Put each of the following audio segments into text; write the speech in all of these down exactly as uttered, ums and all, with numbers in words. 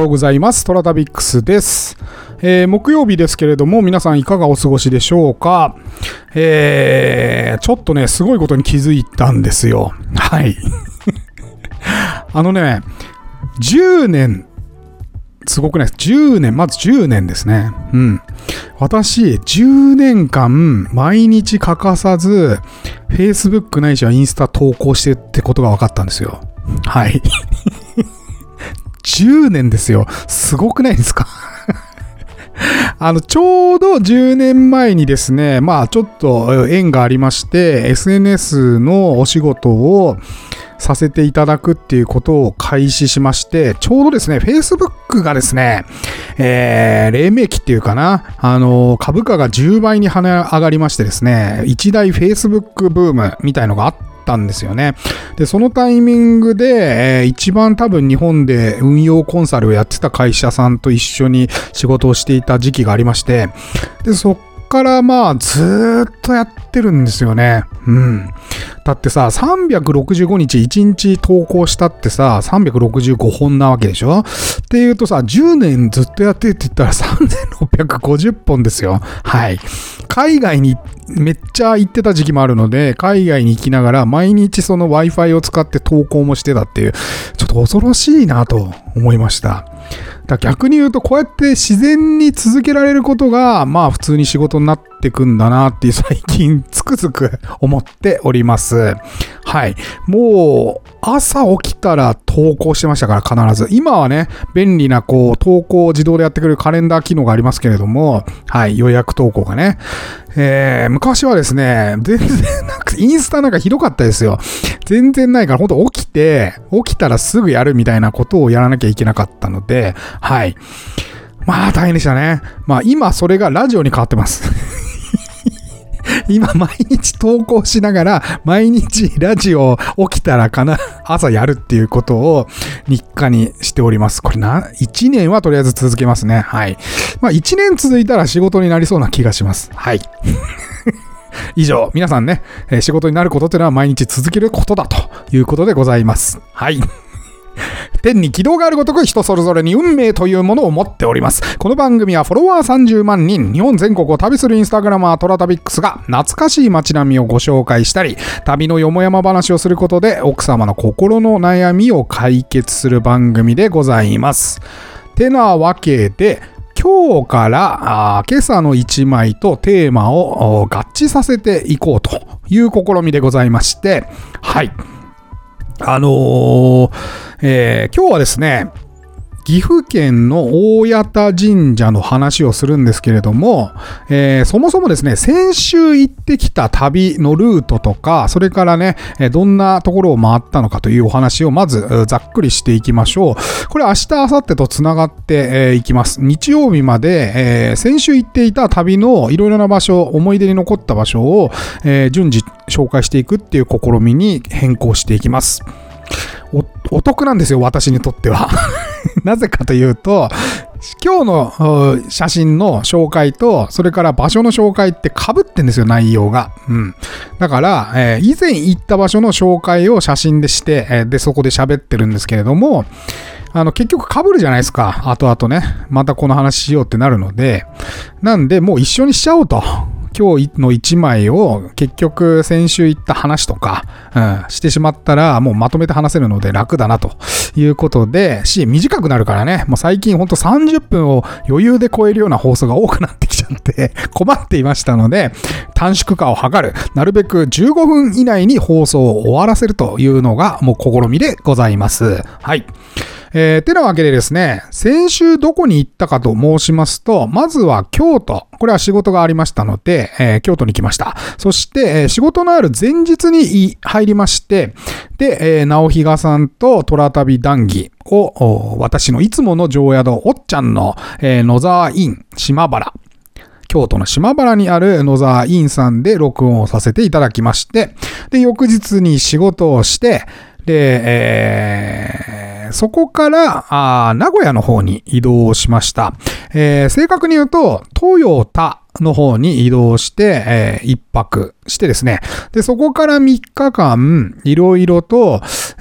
ようございます。トラタビックスです、えー、木曜日ですけれども、皆さんいかがお過ごしでしょうか。えー、ちょっとね、すごいことに気づいたんですよ。はい。あのね、じゅうねん、すごくないです。じゅうねん、まずじゅうねんですね。うん。私、じゅうねんかん、毎日欠かさず、Facebook ないしはインスタ投稿してるってことが分かったんですよ。はい。じゅうねんですよ。すごくないですか？あの、ちょうどじゅうねんまえにですね、まあちょっと縁がありまして、エスエヌエス のお仕事をさせていただくっていうことを開始しまして、ちょうどですね、Facebook がですね、えー、黎明期っていうかな、あの、株価がじゅうばいに跳ね上がりましてですね、一大 Facebook ブームみたいのがあったんですよね。で、そのタイミングで、えー、一番多分日本で運用コンサルをやってた会社さんと一緒に仕事をしていた時期がありまして、で、そっからまあずーっとやってるんですよね。うん。だってさ、さんびゃくろくじゅうごにちいちにち投稿したってさ、さんびゃくろくじゅうごほんなわけでしょ？っていうとさ、じゅうねんずっとやってって言ったらさんぜんろっぴゃくごじゅっぽんですよ。はい。海外にめっちゃ行ってた時期もあるので、海外に行きながら毎日その Wi-Fi を使って投稿もしてたっていう、ちょっと恐ろしいなと思いました。だ逆に言うと、こうやって自然に続けられることが、まあ普通に仕事になってくんだなっていう最近つくづく思っております。はい。もう朝起きたら投稿してましたから必ず。今はね、便利なこう投稿を自動でやってくれるカレンダー機能がありますけれども、はい、予約投稿がね。えー、昔はですね、全然なくて、インスタなんかひどかったですよ。全然ないから、ほんと起きて、起きたらすぐやるみたいなことをやらなきゃいけなかったので、はい。まあ大変でしたね。まあ今それがラジオに変わってます。今毎日投稿しながら毎日ラジオ起きたらかな朝やるっていうことを日課にしております。これないちねんはとりあえず続けますね。はい。まあいちねん続いたら仕事になりそうな気がします。はい。以上、皆さんね、仕事になることっていうのは毎日続けることだということでございます。はい。天に軌道があるごとく人それぞれに運命というものを持っております。この番組はフォロワーさんじゅうまんにん、日本全国を旅するインスタグラマートラタビックスが懐かしい街並みをご紹介したり、旅のよもやま話をすることで奥様の心の悩みを解決する番組でございます。てなわけで、今日からあ今朝の一枚とテーマを合致させていこうという試みでございまして、はい。あのーえー、今日はですね、岐阜県の大谷田神社の話をするんですけれども、えー、そもそもですね、先週行ってきた旅のルートとか、それからね、どんなところを回ったのかというお話をまずざっくりしていきましょう。これ明日、明後日とつながっていきます。日曜日まで、えー、先週行っていた旅のいろいろな場所、思い出に残った場所を、えー、順次紹介していくっていう試みに変更していきます。お, お得なんですよ、私にとっては。なぜかというと、今日の写真の紹介と、それから場所の紹介って被ってんですよ、内容が。うん。だから、えー、以前行った場所の紹介を写真でして、えー、で、そこで喋ってるんですけれども、あの、結局被るじゃないですか。後々ね。またこの話しようってなるので、なんで、もう一緒にしちゃおうと。今日の一枚を結局先週言った話とか、うん、してしまったらもうまとめて話せるので楽だなということで、し、短くなるからね、もう最近ほんとさんじゅっぷんを余裕で超えるような放送が多くなってきちゃって困っていましたので、短縮化を図る、なるべくじゅうごふん以内に放送を終わらせるというのがもう試みでございます。はい。えー、てなわけでですね、先週どこに行ったかと申しますと、まずは京都。これは仕事がありましたので、えー、京都に来ました。そして、えー、仕事のある前日に入りまして、で、えー、直比嘉さんと虎旅談義を、私のいつもの常宿、おっちゃんの、えー、野沢院島原。京都の島原にある野沢院さんで録音をさせていただきまして、で、翌日に仕事をして、で、えー、そこからあ名古屋の方に移動しました。えー、正確に言うと、豊田の方に移動して、えー、一泊してですね。で、そこからみっかかん、いろいろと、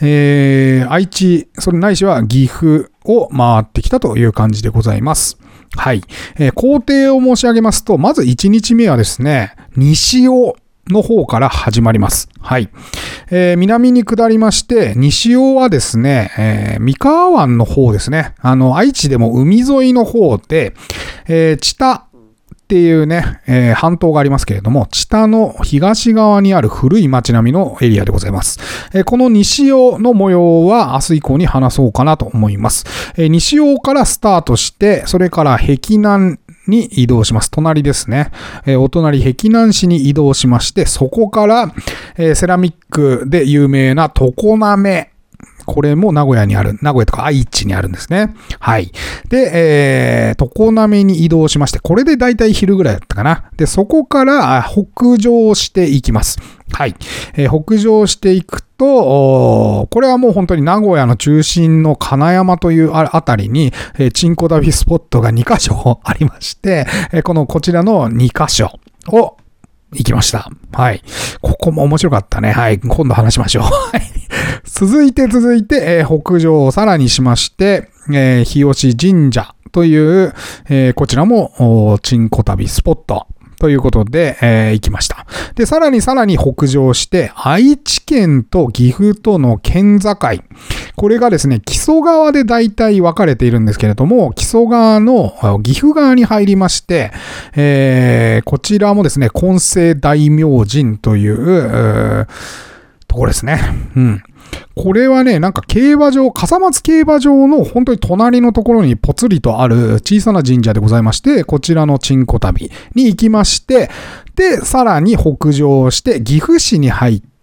えー、愛知、それないしは岐阜を回ってきたという感じでございます。はい。えー、工程を申し上げますと、まずいちにちめはですね、西尾の方から始まります。はい。えー、南に下りまして、西尾はですね、えー、三河湾の方ですね。あの、愛知でも海沿いの方で、えー、知多っていうね、えー、半島がありますけれども、知多の東側にある古い町並みのエリアでございます。えー、この西尾の模様は明日以降に話そうかなと思います。えー、西尾からスタートして、それから碧南に移動します。隣ですね。えー、お隣碧南市に移動しまして、そこから、えー、セラミックで有名な常滑。これも名古屋にある、名古屋とか愛知にあるんですね。はい。で、えー、常滑に移動しまして、これでだいたい昼ぐらいだったかな。で、そこから北上していきます。はい。えー、北上していくと、これはもう本当に名古屋の中心の金山というあたりに、えー、チンコ旅スポットがにかしょありまして、えー、このこちらのにかしょを行きました。はい。ここも面白かったね。はい。今度話しましょう。はい。続いて続いて、えー、北上をさらにしまして、えー、日吉神社という、えー、こちらも、チンコ旅スポットということで、えー、行きました。で、さらにさらに北上して、愛知県と岐阜との県境。これがですね、木曽川で大体分かれているんですけれども、木曽川の岐阜側に入りまして、えー、こちらもですね、金星大明神という、ところですね。うん。これはね、なんか競馬場、笠松競馬場の本当に隣のところにぽつりとある小さな神社でございまして、こちらのチンコ旅に行きまして、で、さらに北上して岐阜市に入って、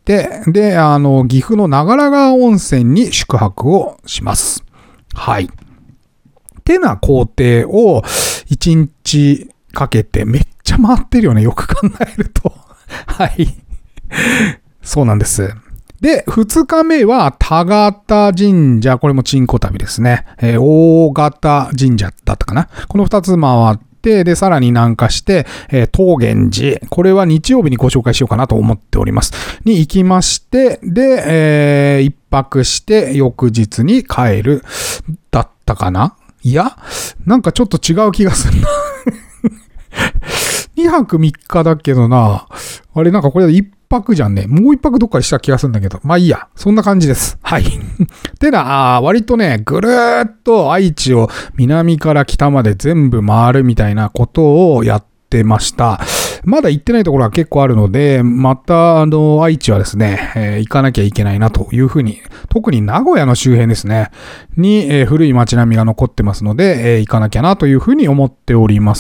で、あの、岐阜の長良川温泉に宿泊をします。はい。てな工程をいちにちかけてめっちゃ回ってるよね、よく考えると。はい。そうなんです。で、二日目は田形神社、これもチンコ旅ですね。えー、大型神社だったかな。この二つ回って、で、さらに南下して、えー、東源寺、これは日曜日にご紹介しようかなと思っております。に行きまして、で、えー、一泊して翌日に帰る、だったかないや、なんかちょっと違う気がするな。にはくみっかだけどな、あれなんかこれ一泊じゃんね。もう一泊どっかでした気がするんだけど。まあいいや。そんな感じです。はい。てな、あ割とね、ぐるーっと愛知を南から北まで全部回るみたいなことをやってました。まだ行ってないところは結構あるので、また、あの、愛知はですね、えー、行かなきゃいけないなというふうに、特に名古屋の周辺ですね、に、えー、古い街並みが残ってますので、えー、行かなきゃなというふうに思っております。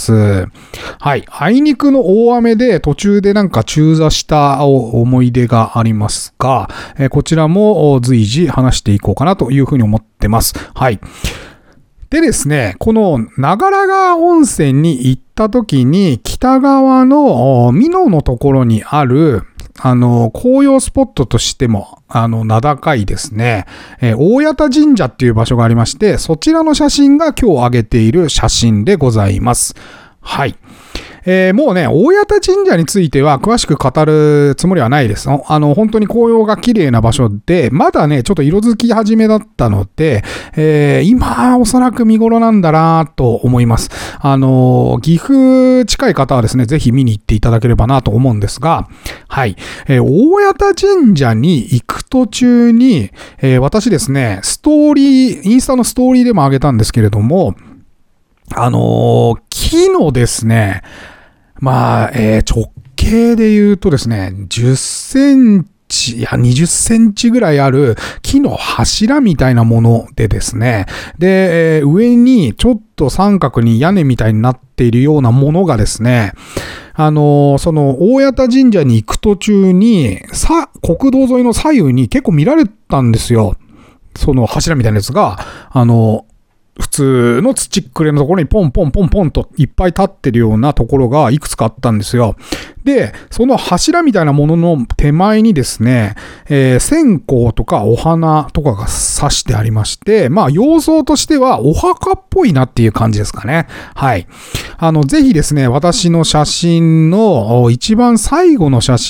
はい。あいにくの大雨で途中でなんか中座した思い出がありますが、えー、こちらも随時話していこうかなというふうに思ってます。はい。でですね、この長良川温泉に行った時に北側の美濃のところにあるあの紅葉スポットとしてもあの名高いですね、えー、大谷田神社っていう場所がありまして、そちらの写真が今日上げている写真でございます。はい。えー、もうね、大谷田神社については詳しく語るつもりはないです。あの、本当に紅葉が綺麗な場所で、まだね、ちょっと色づき始めだったので、えー、今、おそらく見頃なんだなと思います。あの、岐阜近い方はですね、ぜひ見に行っていただければなと思うんですが、はい。えー、大谷田神社に行く途中に、えー、私ですね、ストーリー、インスタのストーリーでも上げたんですけれども、あのー、木のですね、まあ、えー、直径で言うとですね、じゅっセンチ、いや、にじゅっセンチぐらいある木の柱みたいなものでですね、で、えー、上にちょっと三角に屋根みたいになっているようなものがですね、あのー、その大谷田神社に行く途中に、さ、国道沿いの左右に結構見られたんですよ。その柱みたいなやつが、あのー、普通の土くれのところにポンポンポンポンといっぱい立ってるようなところがいくつかあったんですよ。で、その柱みたいなものの手前にですね、えー、線香とかお花とかが刺してありまして、まあ様相としてはお墓っぽいなっていう感じですかね。はい。あの、ぜひですね、私の写真の一番最後の写真、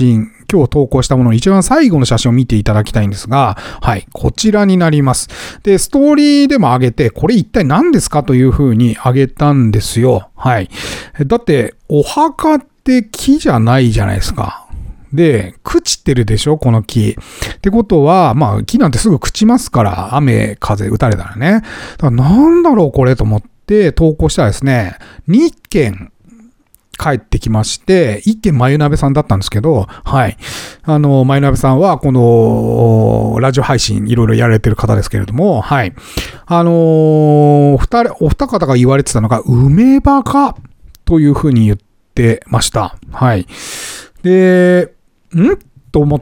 今日投稿したものの一番最後の写真を見ていただきたいんですが、はい、こちらになります。で、ストーリーでも上げて、これ一体何ですかというふうに上げたんですよ。はい。だって、お墓って木じゃないじゃないですか。で、朽ちてるでしょこの木。ってことは、まあ、木なんてすぐ朽ちますから、雨、風打たれたらね。だからなんだろうこれと思って投稿したらですね、にけん帰ってきまして、いっけんまゆなべさんだったんですけど、はい。あの、まゆなべさんは、この、ラジオ配信いろいろやられてる方ですけれども、はい。あのー、二人、お二方が言われてたのが、梅バカというふうに言ってました。はい。で、んと思って、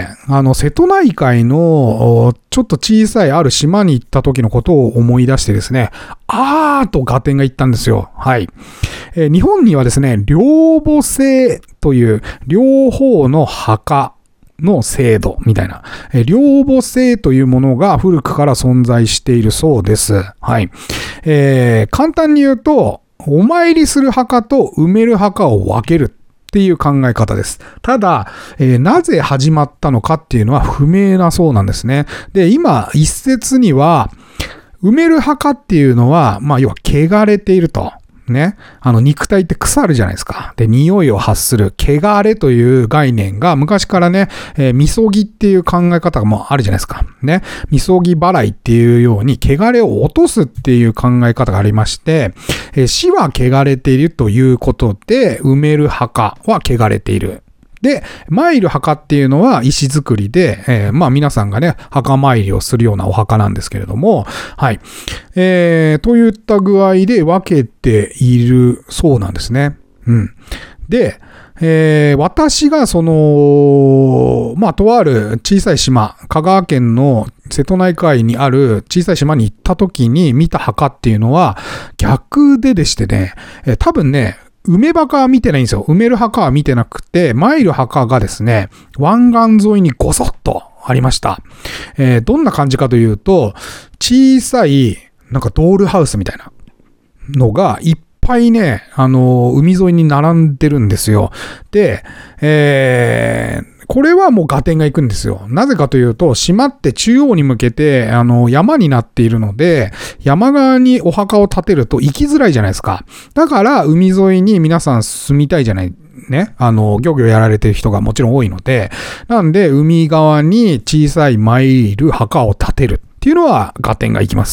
あの、瀬戸内海の、ちょっと小さいある島に行った時のことを思い出してですね、あーと合点が言ったんですよ。はい。えー、日本にはですね、両母制という両方の墓の制度みたいな、えー、両母制というものが古くから存在しているそうです。はい。えー、簡単に言うと、お参りする墓と埋める墓を分けるっていう考え方です。ただ、えー、なぜ始まったのかっていうのは不明なそうなんですね。で、今、一説には、埋める墓っていうのは、まあ、要は汚れていると。ね。あの、肉体って腐るじゃないですか。で、匂いを発する、汚れという概念が昔からね、えー、みそぎっていう考え方もあるじゃないですか。ね。みそぎ払いっていうように、汚れを落とすっていう考え方がありまして、えー、死は汚れているということで、埋める墓は汚れている。で、参る墓っていうのは石造りで、えー、まあ皆さんがね、墓参りをするようなお墓なんですけれども、はい。えー、といった具合で分けているそうなんですね。うん。で、えー、私がその、まあとある小さい島、香川県の瀬戸内海にある小さい島に行った時に見た墓っていうのは逆ででしてね、えー、多分ね、埋め墓は見てないんですよ。埋める墓は見てなくて、参る墓がですね、湾岸沿いにごそっとありました。えー、どんな感じかというと、小さい、なんかドールハウスみたいなのがいっぱいね、あのー、海沿いに並んでるんですよ。で、えー、これはもう合点がいくんですよ。なぜかというと、島って中央に向けて、あの、山になっているので、山側にお墓を建てると行きづらいじゃないですか。だから、海沿いに皆さん住みたいじゃない。ね。あの、漁業やられてる人がもちろん多いので、なんで、海側に小さい参る墓を建てる。っていうのは合点がいきます。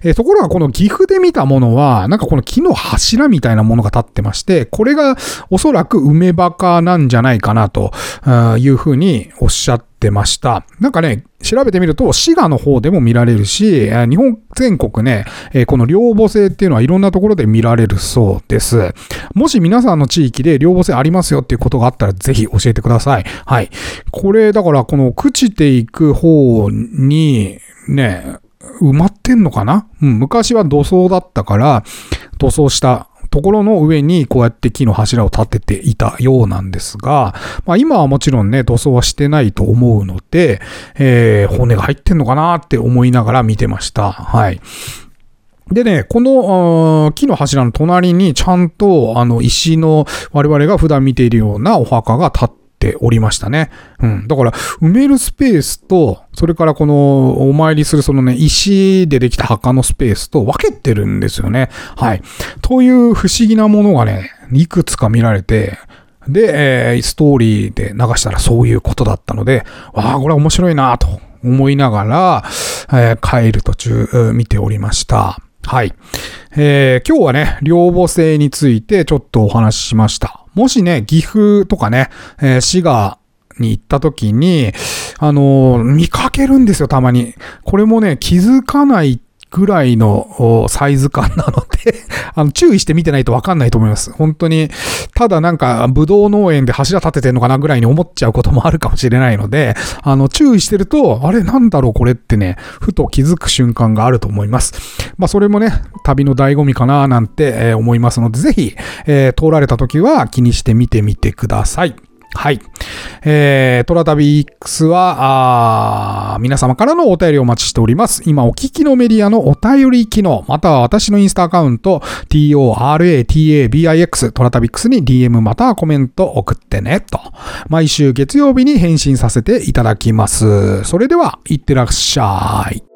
えー、ところがこの岐阜で見たものは、なんかこの木の柱みたいなものが立ってまして、これがおそらく梅墓なんじゃないかなというふうにおっしゃってました。なんかね、調べてみると滋賀の方でも見られるし、日本全国ね、この両母制っていうのはいろんなところで見られるそうです。もし皆さんの地域で両母制ありますよっていうことがあったらぜひ教えてください。はい。これだからこの朽ちていく方に、ね、埋まってんのかな、うん、昔は土葬だったから、土葬したところの上にこうやって木の柱を立てていたようなんですが、まあ今はもちろんね、土葬はしてないと思うので、えー、骨が入ってんのかなって思いながら見てました。はい。でね、この木の柱の隣にちゃんとあの石の我々が普段見ているようなお墓が立ってておりましたね。うん。だから、埋めるスペースと、それからこの、お参りするそのね、石でできた墓のスペースと分けてるんですよね。はい。という不思議なものがね、いくつか見られて、で、えー、ストーリーで流したらそういうことだったので、わあ、これは面白いなと思いながら、えー、帰る途中、見ておりました。はい。えー、今日はね、両母制についてちょっとお話ししました。もしね、岐阜とかね、えー、滋賀に行った時に、あのー、見かけるんですよ、たまに。これもね、気づかないぐらいのサイズ感なのであの注意して見てないと分かんないと思います。本当にただなんかブドウ農園で柱立ててんのかなぐらいに思っちゃうこともあるかもしれないので、あの注意してるとあれなんだろうこれってね、ふと気づく瞬間があると思います。まあそれもね旅の醍醐味かななんて思いますので、ぜひ、えー、通られた時は気にして見てみてください。 はい。えー、トラタビ X は、あ皆様からのお便りをお待ちしております。今お聞きのメディアのお便り機能、または私のインスタアカウント、トラタビックス、トラタビックスに ディーエム またはコメント送ってね、と。毎週月曜日に返信させていただきます。それでは、いってらっしゃい。